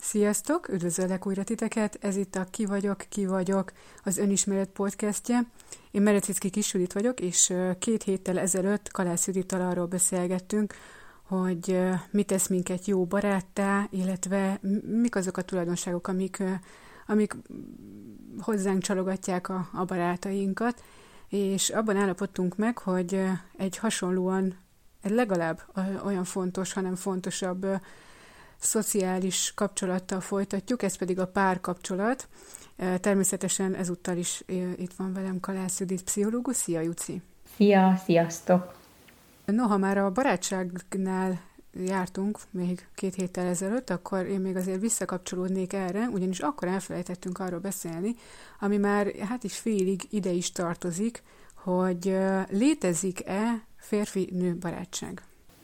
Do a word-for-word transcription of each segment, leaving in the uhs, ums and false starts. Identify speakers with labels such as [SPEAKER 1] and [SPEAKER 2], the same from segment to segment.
[SPEAKER 1] Sziasztok! Üdvözöllek újra titeket! Ez itt a Ki vagyok, ki vagyok, az Önismeret podcastje. Én Merecicki Kis-Judit vagyok, és két héttel ezelőtt Kalász Judittal arról beszélgettünk, hogy mi tesz minket jó baráttá, illetve mik azok a tulajdonságok, amik, amik hozzánk csalogatják a, a barátainkat, és abban állapodtunk meg, hogy egy hasonlóan, legalább olyan fontos, hanem fontosabb szociális kapcsolattal folytatjuk, ez pedig a párkapcsolat. Természetesen ezúttal is itt van velem Kalász Judit, pszichológus. Szia, Juci!
[SPEAKER 2] Szia, sziasztok!
[SPEAKER 1] Noha már a barátságnál jártunk még két héttel ezelőtt, akkor én még azért visszakapcsolódnék erre, ugyanis akkor elfelejtettünk arról beszélni, ami már hát is félig ide is tartozik, hogy létezik-e férfi-nő barátság?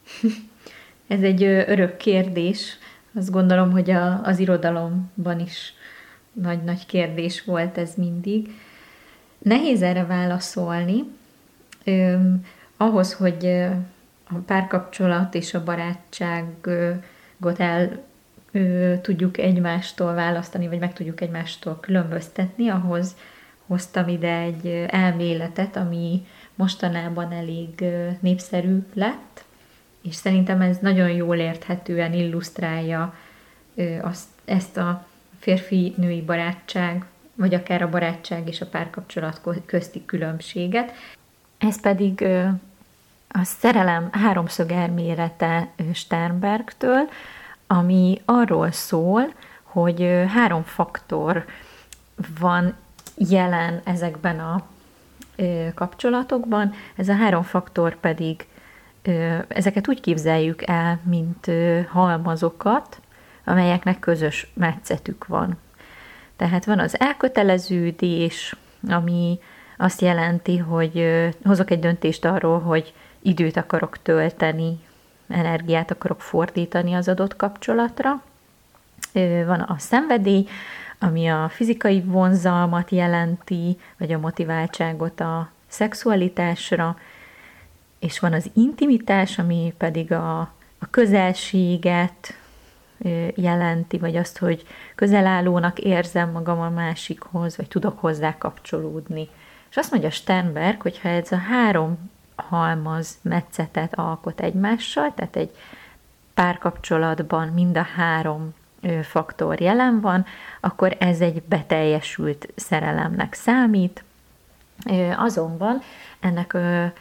[SPEAKER 2] Ez egy örök kérdés. Azt gondolom, hogy a, az irodalomban is nagy-nagy kérdés volt ez mindig. Nehéz erre válaszolni. Öm, ahhoz, hogy a párkapcsolat és a barátságot el ö, tudjuk egymástól választani, vagy meg tudjuk egymástól különböztetni, ahhoz hoztam ide egy elméletet, ami mostanában elég népszerű lett, és szerintem ez nagyon jól érthetően illusztrálja azt, ezt a férfi-női barátság, vagy akár a barátság és a párkapcsolat közti különbséget. Ez pedig a szerelem háromszög elmélete Sternbergtől, ami arról szól, hogy három faktor van jelen ezekben a kapcsolatokban. Ez a három faktor pedig ezeket úgy képzeljük el, mint halmazokat, amelyeknek közös metszetük van. Tehát van az elköteleződés, ami azt jelenti, hogy hozok egy döntést arról, hogy időt akarok tölteni, energiát akarok fordítani az adott kapcsolatra. Van a szenvedély, ami a fizikai vonzalmat jelenti, vagy a motiváltságot a szexualitásra, és van az intimitás, ami pedig a, a közelséget jelenti, vagy azt, hogy közelállónak érzem magam a másikhoz, vagy tudok hozzá kapcsolódni. És azt mondja Sternberg, hogyha ez a három halmaz metszetet alkot egymással, tehát egy párkapcsolatban mind a három faktor jelen van, akkor ez egy beteljesült szerelemnek számít. Azonban ennek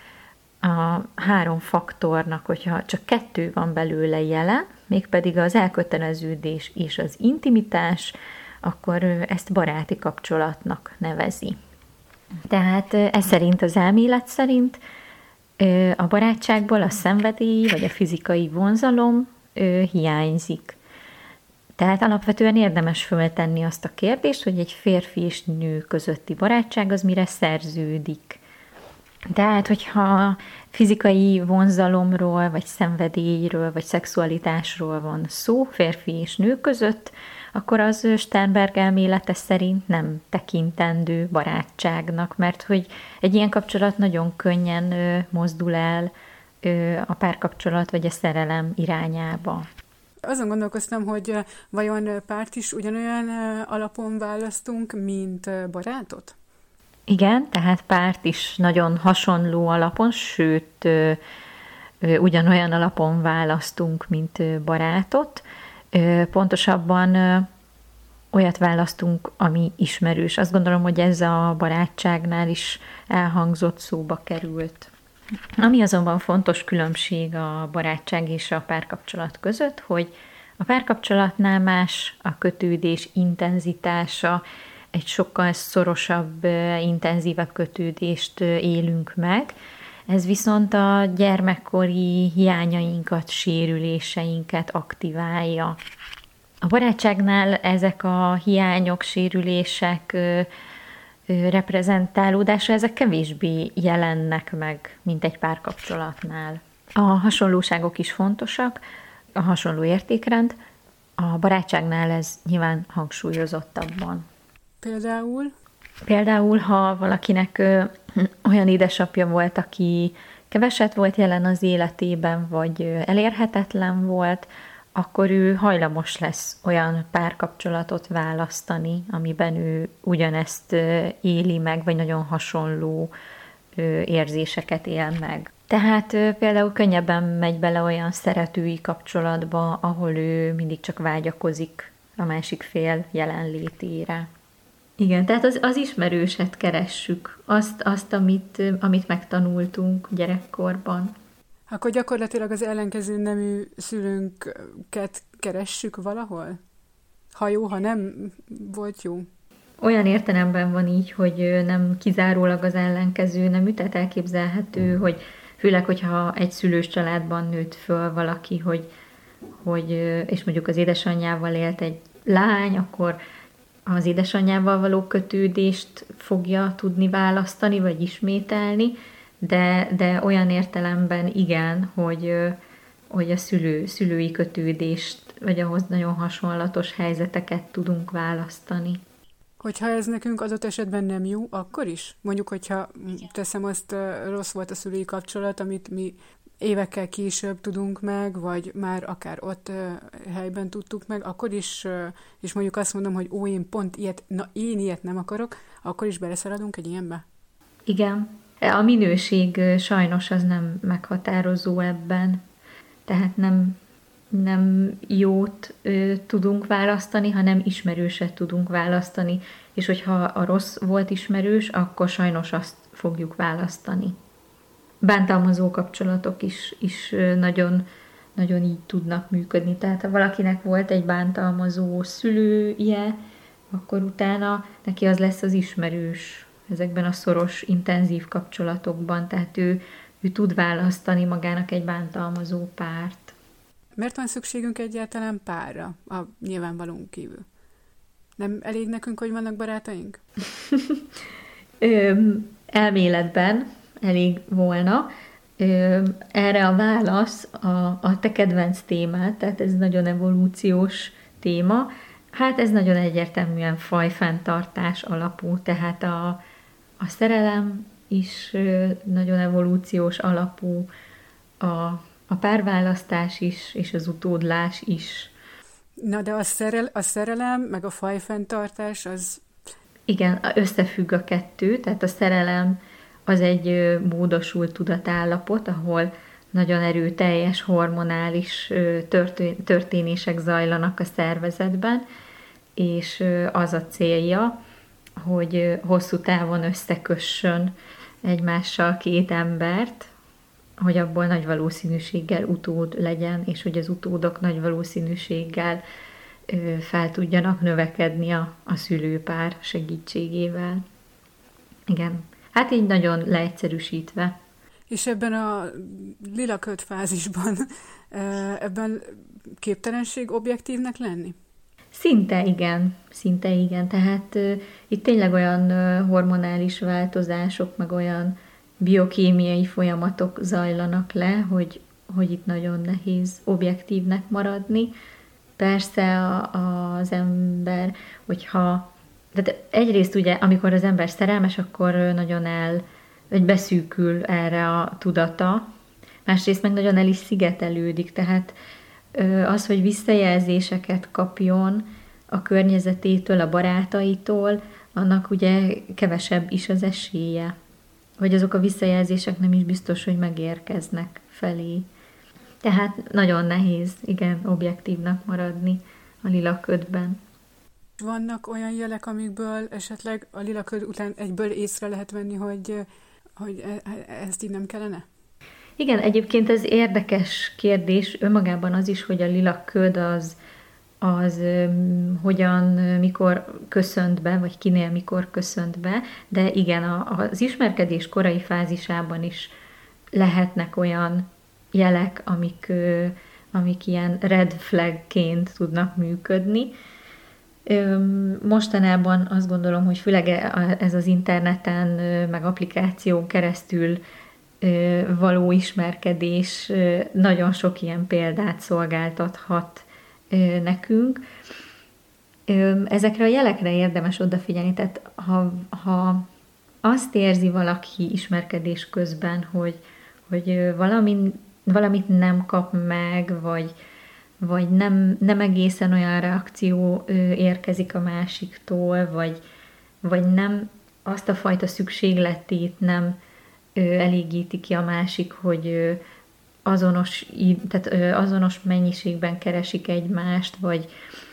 [SPEAKER 2] a három faktornak, hogyha csak kettő van belőle jelen, mégpedig az elköteleződés és az intimitás, akkor ezt baráti kapcsolatnak nevezi. Tehát ez szerint, az elmélet szerint a barátságból a szenvedély vagy a fizikai vonzalom hiányzik. Tehát alapvetően érdemes föltenni azt a kérdést, hogy egy férfi és nő közötti barátság az mire szerződik. Tehát, hogyha fizikai vonzalomról, vagy szenvedélyről, vagy szexualitásról van szó férfi és nő között, akkor az Sternberg elmélete szerint nem tekintendő barátságnak, mert hogy egy ilyen kapcsolat nagyon könnyen mozdul el a párkapcsolat vagy a szerelem irányába.
[SPEAKER 1] Azon gondolkoztam, hogy vajon párt is ugyanolyan alapon választunk, mint barátot?
[SPEAKER 2] Igen, tehát párt is nagyon hasonló alapon, sőt, ugyanolyan alapon választunk, mint barátot. Pontosabban olyat választunk, ami ismerős. Azt gondolom, hogy ez a barátságnál is elhangzott, szóba került. Ami azonban fontos különbség a barátság és a párkapcsolat között, hogy a párkapcsolatnál más a kötődés intenzitása, egy sokkal szorosabb, intenzívebb kötődést élünk meg. Ez viszont a gyermekkori hiányainkat, sérüléseinket aktiválja. A barátságnál ezek a hiányok, sérülések, reprezentálódása, ezek kevésbé jelennek meg, mint egy párkapcsolatnál. A hasonlóságok is fontosak, a hasonló értékrend, a barátságnál ez nyilván hangsúlyozottabban.
[SPEAKER 1] Például?
[SPEAKER 2] Például, ha valakinek ö, olyan édesapja volt, aki keveset volt jelen az életében, vagy elérhetetlen volt, akkor ő hajlamos lesz olyan párkapcsolatot választani, amiben ő ugyanezt éli meg, vagy nagyon hasonló érzéseket él meg. Tehát például könnyebben megy bele olyan szeretői kapcsolatba, ahol ő mindig csak vágyakozik a másik fél jelenlétére. Igen, tehát az, az ismerőset keressük, azt, azt amit, amit megtanultunk gyerekkorban.
[SPEAKER 1] Akkor gyakorlatilag az ellenkező nemű szülőnket keressük valahol? Ha jó, ha nem, volt jó.
[SPEAKER 2] Olyan értelemben van így, hogy nem kizárólag az ellenkező nemű, tehát elképzelhető, hogy főleg, hogyha egy szülős családban nőtt föl valaki, hogy, hogy és mondjuk az édesanyjával élt egy lány, akkor az édesanyjával való kötődést fogja tudni választani, vagy ismételni, de, de olyan értelemben igen, hogy, hogy a szülő, szülői kötődést, vagy ahhoz nagyon hasonlatos helyzeteket tudunk választani.
[SPEAKER 1] Hogyha ez nekünk adott esetben nem jó, akkor is? Mondjuk, hogyha teszem azt, rossz volt a szülői kapcsolat, amit mi évekkel később tudunk meg, vagy már akár ott helyben tudtuk meg, akkor is, és mondjuk azt mondom, hogy ó, én pont ilyet, na én ilyet nem akarok, akkor is beleszaladunk egy ilyenbe?
[SPEAKER 2] Igen. A minőség sajnos az nem meghatározó ebben. Tehát nem, nem jót ö, tudunk választani, hanem ismerőset tudunk választani. És hogyha a rossz volt ismerős, akkor sajnos azt fogjuk választani. Bántalmazó kapcsolatok is, is nagyon, nagyon így tudnak működni. Tehát ha valakinek volt egy bántalmazó szülője, akkor utána neki az lesz az ismerős ezekben a szoros, intenzív kapcsolatokban. Tehát ő, ő tud választani magának egy bántalmazó párt.
[SPEAKER 1] Miért van szükségünk egyáltalán párra, a nyilvánvalónk kívül? Nem elég nekünk, hogy vannak barátaink?
[SPEAKER 2] Ö, elméletben elég volna. Ö, erre a válasz a, a te kedvenc témád, tehát ez nagyon evolúciós téma. Hát ez nagyon egyértelműen fajfenntartás alapú, tehát a, a szerelem is nagyon evolúciós alapú, a, a párválasztás is, és az utódlás is.
[SPEAKER 1] Na de a, szerel, a szerelem, meg a fajfenntartás az...
[SPEAKER 2] Igen, összefügg a kettő, tehát a szerelem az egy módosult tudatállapot, ahol nagyon erőteljes hormonális történések zajlanak a szervezetben, és az a célja, hogy hosszú távon összekössön egymással két embert, hogy abból nagy valószínűséggel utód legyen, és hogy az utódok nagy valószínűséggel fel tudjanak növekedni a, a szülőpár segítségével. Igen. Hát így nagyon leegyszerűsítve.
[SPEAKER 1] És ebben a lila köd fázisban ebben képtelenség objektívnek lenni?
[SPEAKER 2] Szinte igen, szinte igen. Tehát uh, itt tényleg olyan uh, hormonális változások, meg olyan biokémiai folyamatok zajlanak le, hogy, hogy itt nagyon nehéz objektívnek maradni. Persze a, az ember, hogyha... Tehát egyrészt ugye, amikor az ember szerelmes, akkor nagyon el, vagy beszűkül erre a tudata, másrészt meg nagyon el is szigetelődik, tehát az, hogy visszajelzéseket kapjon a környezetétől, a barátaitól, annak ugye kevesebb is az esélye. Hogy azok a visszajelzések nem is biztos, hogy megérkeznek felé. Tehát nagyon nehéz, igen, objektívnak maradni a lila ködben.
[SPEAKER 1] Vannak olyan jelek, amikből esetleg a lila köd után egyből észre lehet venni, hogy, hogy ezt így nem kellene?
[SPEAKER 2] Igen, egyébként ez érdekes kérdés önmagában az is, hogy a lila köd az, az um, hogyan, mikor köszönt be, vagy kinél mikor köszönt be, de igen, a, az ismerkedés korai fázisában is lehetnek olyan jelek, amik, uh, amik ilyen red flagként tudnak működni. Um, mostanában azt gondolom, hogy főleg ez az interneten, meg applikáción keresztül való ismerkedés nagyon sok ilyen példát szolgáltathat nekünk. Ezekre a jelekre érdemes odafigyelni, tehát ha, ha azt érzi valaki ismerkedés közben, hogy, hogy valami, valamit nem kap meg, vagy, vagy nem, nem egészen olyan reakció érkezik a másiktól, vagy, vagy nem azt a fajta szükségletét nem elégíti ki a másik, hogy azonos, tehát azonos mennyiségben keresik egymást, vagy,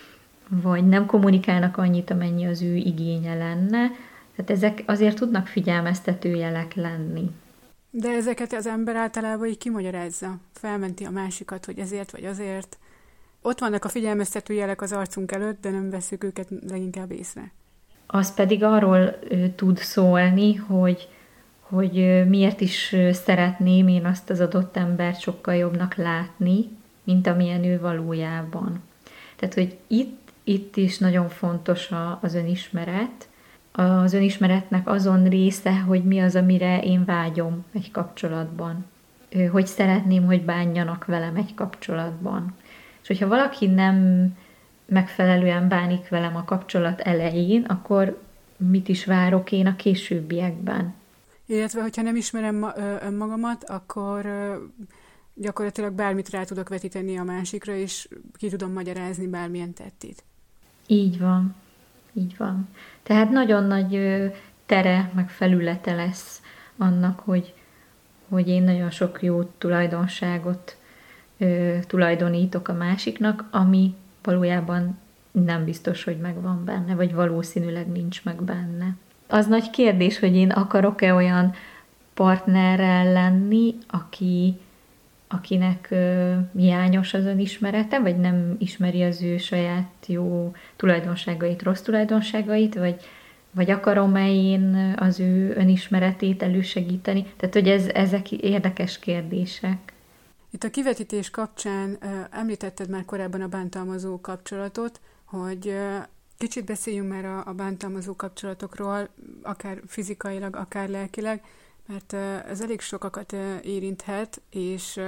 [SPEAKER 2] vagy nem kommunikálnak annyit, amennyi az ő igénye lenne. Tehát ezek azért tudnak figyelmeztető jelek lenni.
[SPEAKER 1] De ezeket az ember általában így kimagyarázza, felmenti a másikat, hogy ezért vagy azért. Ott vannak a figyelmeztető jelek az arcunk előtt, de nem veszük őket leginkább észre.
[SPEAKER 2] Az pedig arról tud szólni, hogy, hogy miért is szeretném én azt az adott embert sokkal jobbnak látni, mint amilyen ő valójában. Tehát, hogy itt, itt is nagyon fontos az önismeret. Az önismeretnek azon része, hogy mi az, amire én vágyom egy kapcsolatban. Hogy szeretném, hogy bánjanak velem egy kapcsolatban. És hogyha valaki nem megfelelően bánik velem a kapcsolat elején, akkor mit is várok én a későbbiekben?
[SPEAKER 1] Illetve, hogyha nem ismerem önmagamat, akkor gyakorlatilag bármit rá tudok vetíteni a másikra, és ki tudom magyarázni bármilyen tettét.
[SPEAKER 2] Így van. Így van. Tehát nagyon nagy tere, meg felülete lesz annak, hogy, hogy én nagyon sok jó tulajdonságot ö, tulajdonítok a másiknak, ami valójában nem biztos, hogy megvan benne, vagy valószínűleg nincs meg benne. Az nagy kérdés, hogy én akarok-e olyan partnerrel lenni, aki, akinek ö, hiányos az önismerete, vagy nem ismeri az ő saját jó tulajdonságait, rossz tulajdonságait, vagy, vagy akarom-e én az ő önismeretét elősegíteni. Tehát, hogy ez, ezek érdekes kérdések.
[SPEAKER 1] Itt a kivetítés kapcsán ö, említetted már korábban a bántalmazó kapcsolatot, hogy ö, kicsit beszéljünk már a, a bántalmazó kapcsolatokról, akár fizikailag, akár lelkileg, mert ez elég sokakat érinthet, és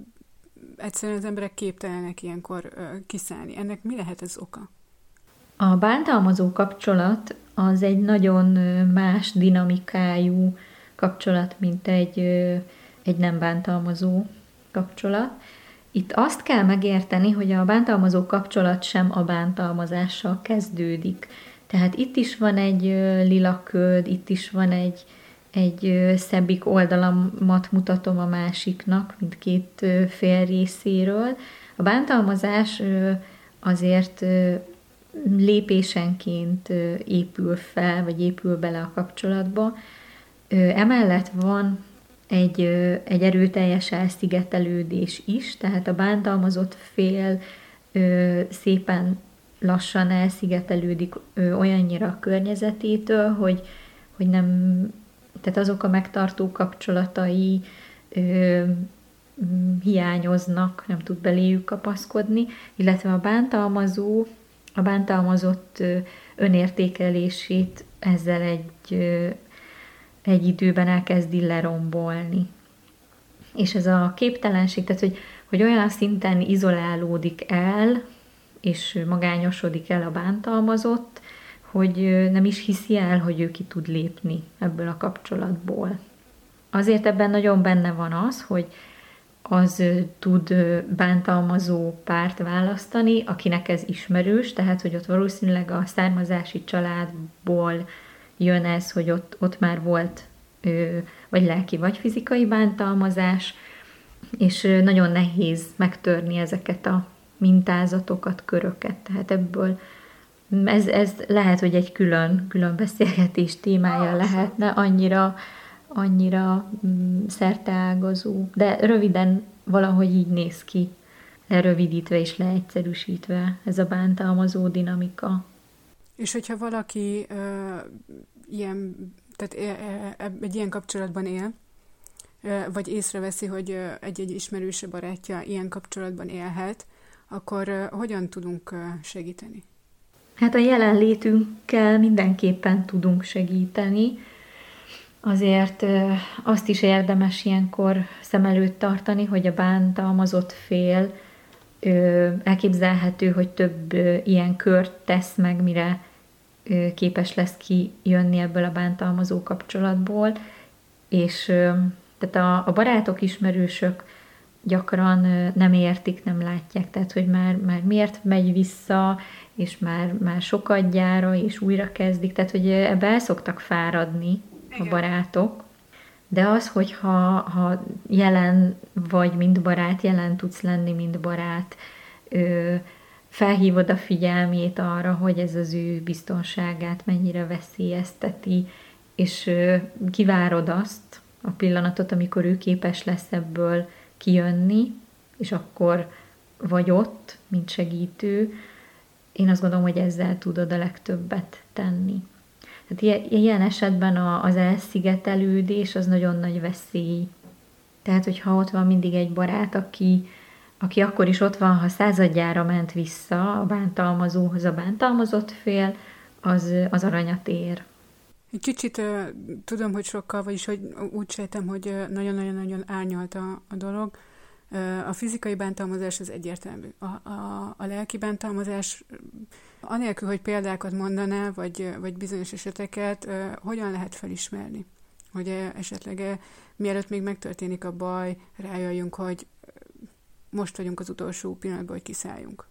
[SPEAKER 1] egyszerűen az emberek képtelenek ilyenkor kiszállni. Ennek mi lehet az oka?
[SPEAKER 2] A bántalmazó kapcsolat az egy nagyon más dinamikájú kapcsolat, mint egy, egy nem bántalmazó kapcsolat. Itt azt kell megérteni, hogy a bántalmazó kapcsolat sem a bántalmazással kezdődik. Tehát itt is van egy lila köd, itt is van egy egy szebbik oldalamat mutatom a másiknak, mint két fél részéről. A bántalmazás azért lépésenként épül fel, vagy épül bele a kapcsolatba. Emellett van egy, egy erőteljes elszigetelődés is, tehát a bántalmazott fél szépen lassan elszigetelődik olyannyira a környezetétől, hogy, hogy nem... Tehát azok a megtartó kapcsolatai ö, hiányoznak, nem tud beléjük kapaszkodni, illetve a bántalmazó, a bántalmazott ö, önértékelését ezzel egy, ö, egy időben elkezdi lerombolni. És ez a képtelenség, tehát hogy, hogy olyan szinten izolálódik el, és magányosodik el a bántalmazott, hogy nem is hiszi el, hogy ő ki tud lépni ebből a kapcsolatból. Azért ebben nagyon benne van az, hogy az tud bántalmazó párt választani, akinek ez ismerős, tehát hogy ott valószínűleg a származási családból jön ez, hogy ott, ott már volt vagy lelki, vagy fizikai bántalmazás, és nagyon nehéz megtörni ezeket a mintázatokat, köröket, tehát ebből Ez, ez lehet, hogy egy külön, külön beszélgetés témája lehetne, annyira, annyira mm, szerteágazó, de röviden valahogy így néz ki, lerövidítve és leegyszerűsítve ez a bántalmazó dinamika.
[SPEAKER 1] És hogyha valaki uh, ilyen, tehát él, egy ilyen kapcsolatban él, uh, vagy észreveszi, hogy uh, egy-egy ismerőse barátja ilyen kapcsolatban élhet, akkor uh, hogyan tudunk uh, segíteni?
[SPEAKER 2] Hát a jelenlétünkkel mindenképpen tudunk segíteni. Azért azt is érdemes ilyenkor szem előtt tartani, hogy a bántalmazott fél elképzelhető, hogy több ilyen kört tesz meg, mire képes lesz kijönni ebből a bántalmazó kapcsolatból. És tehát a, a barátok, ismerősök gyakran nem értik, nem látják, tehát hogy már, már miért megy vissza, és már, már sokadjára, és újra kezdik, tehát hogy ebbe el szoktak fáradni a barátok, de az, hogyha ha jelen vagy, mint barát, jelen tudsz lenni, mint barát, felhívod a figyelmét arra, hogy ez az ő biztonságát mennyire veszélyezteti, és kivárod azt a pillanatot, amikor ő képes lesz ebből kijönni, és akkor vagy ott, mint segítő. Én azt gondolom, hogy ezzel tudod a legtöbbet tenni. Tehát ilyen esetben az elszigetelődés az nagyon nagy veszély. Tehát, hogyha ott van mindig egy barát, aki, aki akkor is ott van, ha századjára ment vissza a bántalmazóhoz, a bántalmazott fél, az, az aranyat ér.
[SPEAKER 1] Egy kicsit uh, tudom, hogy sokkal, vagyis hogy úgy sejtem, hogy uh, nagyon-nagyon-nagyon árnyalt a, a dolog. Uh, a fizikai bántalmazás az egyértelmű. A, a, a lelki bántalmazás, anélkül, hogy példákat mondanál, vagy, vagy bizonyos eseteket, uh, hogyan lehet felismerni? Hogy uh, esetleg uh, mielőtt még megtörténik a baj, rájöjjünk, hogy most vagyunk az utolsó pillanatban, hogy kiszálljunk.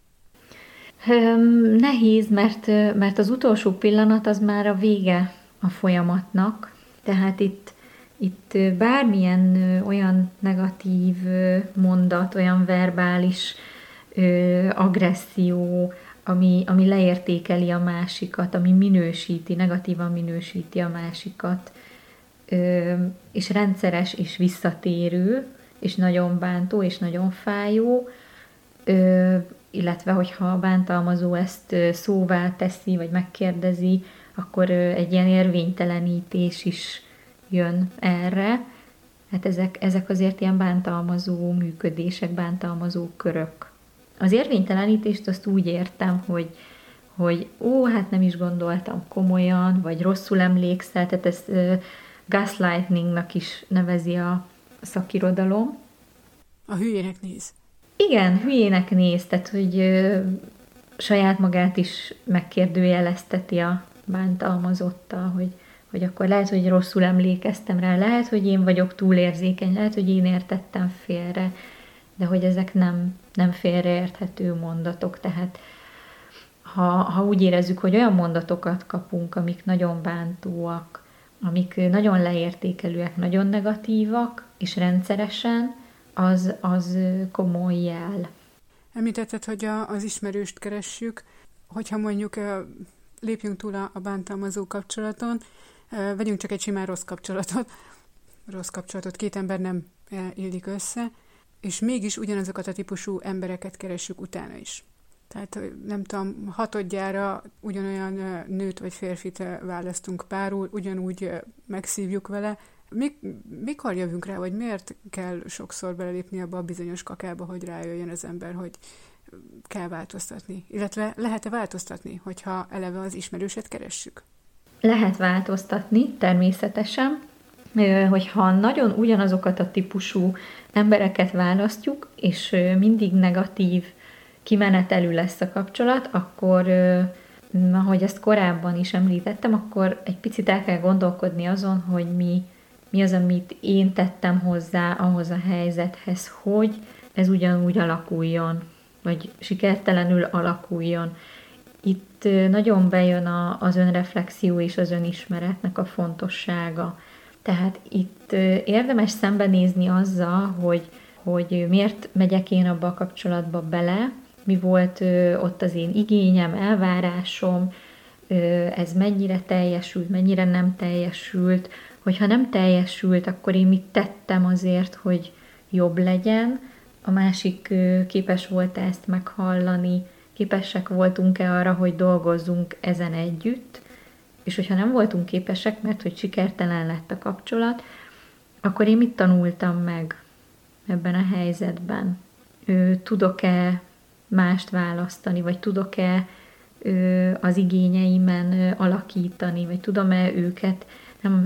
[SPEAKER 2] Nehéz, mert, mert az utolsó pillanat az már a vége a folyamatnak, tehát itt, itt bármilyen olyan negatív mondat, olyan verbális agresszió, ami, ami leértékeli a másikat, ami minősíti, negatívan minősíti a másikat, és rendszeres és visszatérő, és nagyon bántó, és nagyon fájó, illetve hogyha a bántalmazó ezt szóvá teszi, vagy megkérdezi, akkor egy ilyen érvénytelenítés is jön erre. Hát ezek, ezek azért ilyen bántalmazó működések, bántalmazó körök. Az érvénytelenítést azt úgy értem, hogy, hogy ó, hát nem is gondoltam komolyan, vagy rosszul emlékszel, tehát ezt gaslightingnak is nevezi a szakirodalom.
[SPEAKER 1] A hülyének néz.
[SPEAKER 2] Igen, hülyének néz, tehát hogy ö, saját magát is megkérdőjelezteti a bántalmazottal, hogy, hogy akkor lehet, hogy rosszul emlékeztem rá, lehet, hogy én vagyok túlérzékeny, lehet, hogy én értettem félre, de hogy ezek nem, nem félreérthető mondatok, tehát ha, ha úgy érezzük, hogy olyan mondatokat kapunk, amik nagyon bántóak, amik nagyon leértékelőek, nagyon negatívak, és rendszeresen, az, az komoly jel.
[SPEAKER 1] Említetted, hogy a, az ismerőst keressük, hogyha mondjuk lépjünk túl a, a bántalmazó kapcsolaton, vegyünk csak egy simán rossz kapcsolatot, rossz kapcsolatot, két ember nem illik össze, és mégis ugyanazokat a típusú embereket keressük utána is. Tehát nem tudom, hatodjára ugyanolyan nőt vagy férfit választunk párul, ugyanúgy megszívjuk vele. Mik, mikor jövünk rá, vagy miért kell sokszor belelépni abba a bizonyos kakába, hogy rájöjjön az ember, hogy kell változtatni? Illetve lehet-e változtatni, hogyha eleve az ismerőset keressük?
[SPEAKER 2] Lehet változtatni, természetesen. Hogyha nagyon ugyanazokat a típusú embereket választjuk, és mindig negatív kimenetelű lesz a kapcsolat, akkor, ahogy ezt korábban is említettem, akkor egy picit el kell gondolkodni azon, hogy mi, mi az, amit én tettem hozzá ahhoz a helyzethez, hogy ez ugyanúgy alakuljon, vagy sikertelenül alakuljon. Itt nagyon bejön a, az önreflexió és az önismeretnek a fontossága. Tehát itt érdemes szembenézni azzal, hogy, hogy miért megyek én abba a kapcsolatba bele, mi volt ö, ott az én igényem, elvárásom, ö, ez mennyire teljesült, mennyire nem teljesült, hogyha nem teljesült, akkor én mit tettem azért, hogy jobb legyen, a másik ö, képes volt ezt meghallani, képesek voltunk-e arra, hogy dolgozzunk ezen együtt, és hogyha nem voltunk képesek, mert hogy sikertelen lett a kapcsolat, akkor én mit tanultam meg ebben a helyzetben? Ö, tudok-e mást választani, vagy tudok-e ö, az igényeimen ö, alakítani, vagy tudom-e őket. Nem,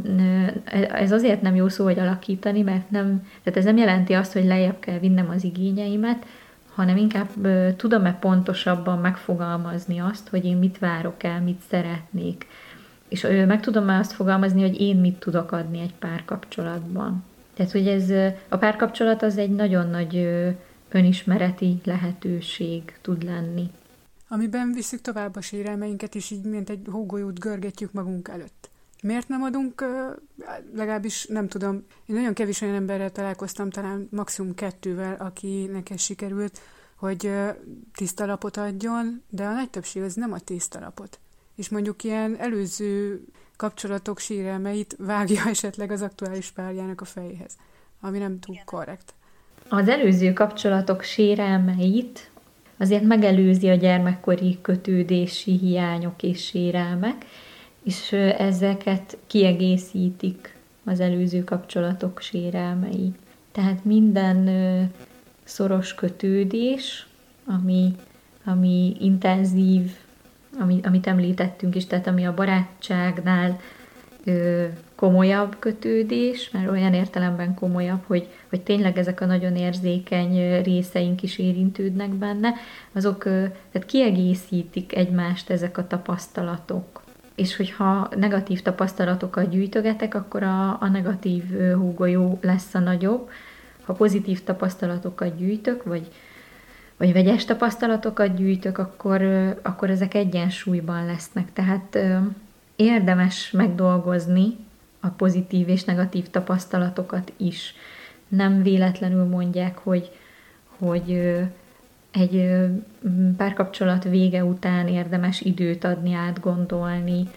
[SPEAKER 2] ez azért nem jó szó, hogy alakítani, mert nem, tehát ez nem jelenti azt, hogy lejjebb kell vinnem az igényeimet, hanem inkább ö, tudom-e pontosabban megfogalmazni azt, hogy én mit várok el, mit szeretnék. És ö, meg tudom-e azt fogalmazni, hogy én mit tudok adni egy párkapcsolatban. Tehát, hogy ez a párkapcsolat az egy nagyon nagy önismereti lehetőség tud lenni.
[SPEAKER 1] Amiben visszük tovább a sérelmeinket, és így mint egy hógolyót görgetjük magunk előtt. Miért nem adunk, legalábbis nem tudom, én nagyon kevés olyan emberrel találkoztam, talán maximum kettővel, akinek ez sikerült, hogy tiszta lapot adjon, de a nagy többség az nem a tiszta lapot. És mondjuk ilyen előző kapcsolatok sérelmeit vágja esetleg az aktuális párjának a fejéhez, ami nem túl korrekt.
[SPEAKER 2] Az előző kapcsolatok sérelmeit azért megelőzi a gyermekkori kötődési hiányok és sérelmek, és ezeket kiegészítik az előző kapcsolatok sérelmei. Tehát minden szoros kötődés, ami, ami intenzív, ami, amit említettünk is, tehát ami a barátságnál ö, komolyabb kötődés, mert olyan értelemben komolyabb, hogy, hogy tényleg ezek a nagyon érzékeny részeink is érintődnek benne, azok ö, tehát kiegészítik egymást ezek a tapasztalatok. És hogyha negatív tapasztalatokat gyűjtögetek, akkor a, a negatív húgolyó lesz a nagyobb. Ha pozitív tapasztalatokat gyűjtök, vagy, vagy vegyes tapasztalatokat gyűjtök, akkor, akkor ezek egyensúlyban lesznek. Tehát érdemes megdolgozni a pozitív és negatív tapasztalatokat is. Nem véletlenül mondják, hogy, hogy egy párkapcsolat vége után érdemes időt adni, átgondolni,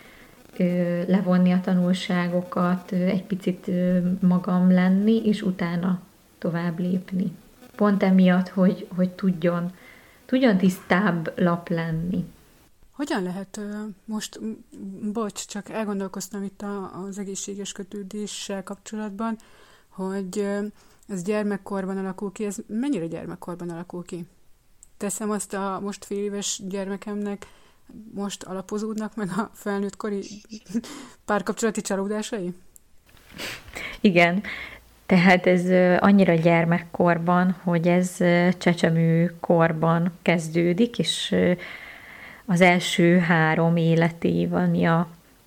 [SPEAKER 2] levonni a tanulságokat, egy picit magam lenni, és utána tovább lépni. Pont emiatt, hogy, hogy tudjon, tudjon tisztább lap lenni.
[SPEAKER 1] Hogyan lehet, most, bocs, csak elgondolkoztam itt az egészséges kötődéssel kapcsolatban, hogy ez gyermekkorban alakul ki, ez mennyire gyermekkorban alakul ki? Teszem azt a most fél éves gyermekemnek, most alapozódnak meg a felnőttkori párkapcsolati csalódásai?
[SPEAKER 2] Igen, tehát ez annyira gyermekkorban, hogy ez csecsemő korban kezdődik, és az első három életév, ami a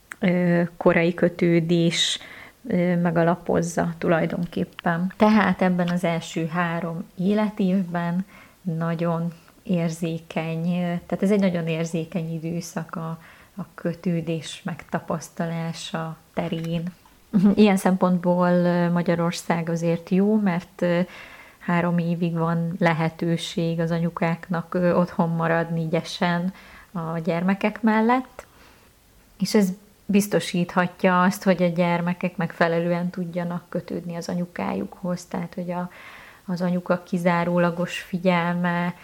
[SPEAKER 2] korai kötődés megalapozza tulajdonképpen. Tehát ebben az első három életévben nagyon érzékeny, tehát ez egy nagyon érzékeny időszak a, a kötődés megtapasztalása terén. Ilyen szempontból Magyarország azért jó, mert három évig van lehetőség az anyukáknak otthon maradni gyesen a gyermekek mellett, és ez biztosíthatja azt, hogy a gyermekek megfelelően tudjanak kötődni az anyukájukhoz, tehát hogy a, az anyuka kizárólagos figyelme,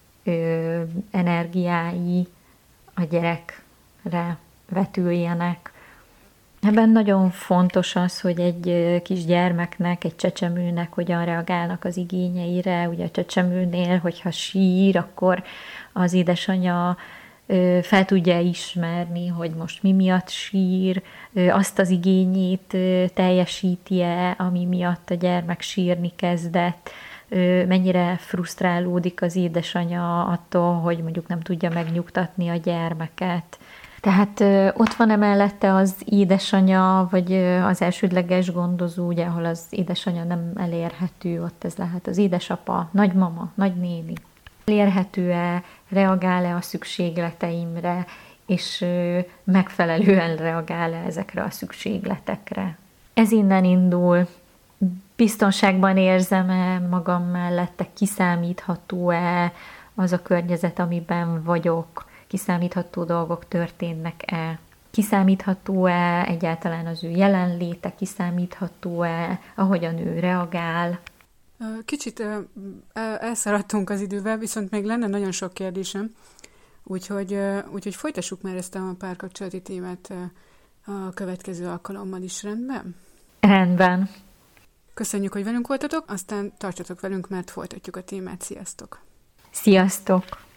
[SPEAKER 2] ö, energiái a gyerekre vetüljenek. Ebben nagyon fontos az, hogy egy kis gyermeknek, egy csecsemőnek hogyan reagálnak az igényeire. Ugye a csecsemőnél, hogyha sír, akkor az édesanyja fel tudja ismerni, hogy most mi miatt sír, azt az igényét teljesíti-e, ami miatt a gyermek sírni kezdett, mennyire frusztrálódik az édesanyja attól, hogy mondjuk nem tudja megnyugtatni a gyermeket. Tehát ott van emellette az édesanya, vagy az elsődleges gondozó, ugye, ahol az édesanya nem elérhető, ott ez lehet az édesapa, nagymama, nagynéni. Elérhető-e, reagál-e a szükségleteimre, és megfelelően reagál-e ezekre a szükségletekre. Ez innen indul. Biztonságban érzem-e magam mellette, kiszámítható-e az a környezet, amiben vagyok, kiszámítható dolgok történnek-e, kiszámítható-e egyáltalán az ő jelenléte, kiszámítható-e, ahogyan ő reagál.
[SPEAKER 1] Kicsit elszaradtunk az idővel, viszont még lenne nagyon sok kérdésem, úgyhogy, úgyhogy folytassuk már ezt a párkapcsolati témát a következő alkalommal is, rendben?
[SPEAKER 2] Rendben.
[SPEAKER 1] Köszönjük, hogy velünk voltatok, aztán tartsatok velünk, mert folytatjuk a témát. Sziasztok!
[SPEAKER 2] Sziasztok!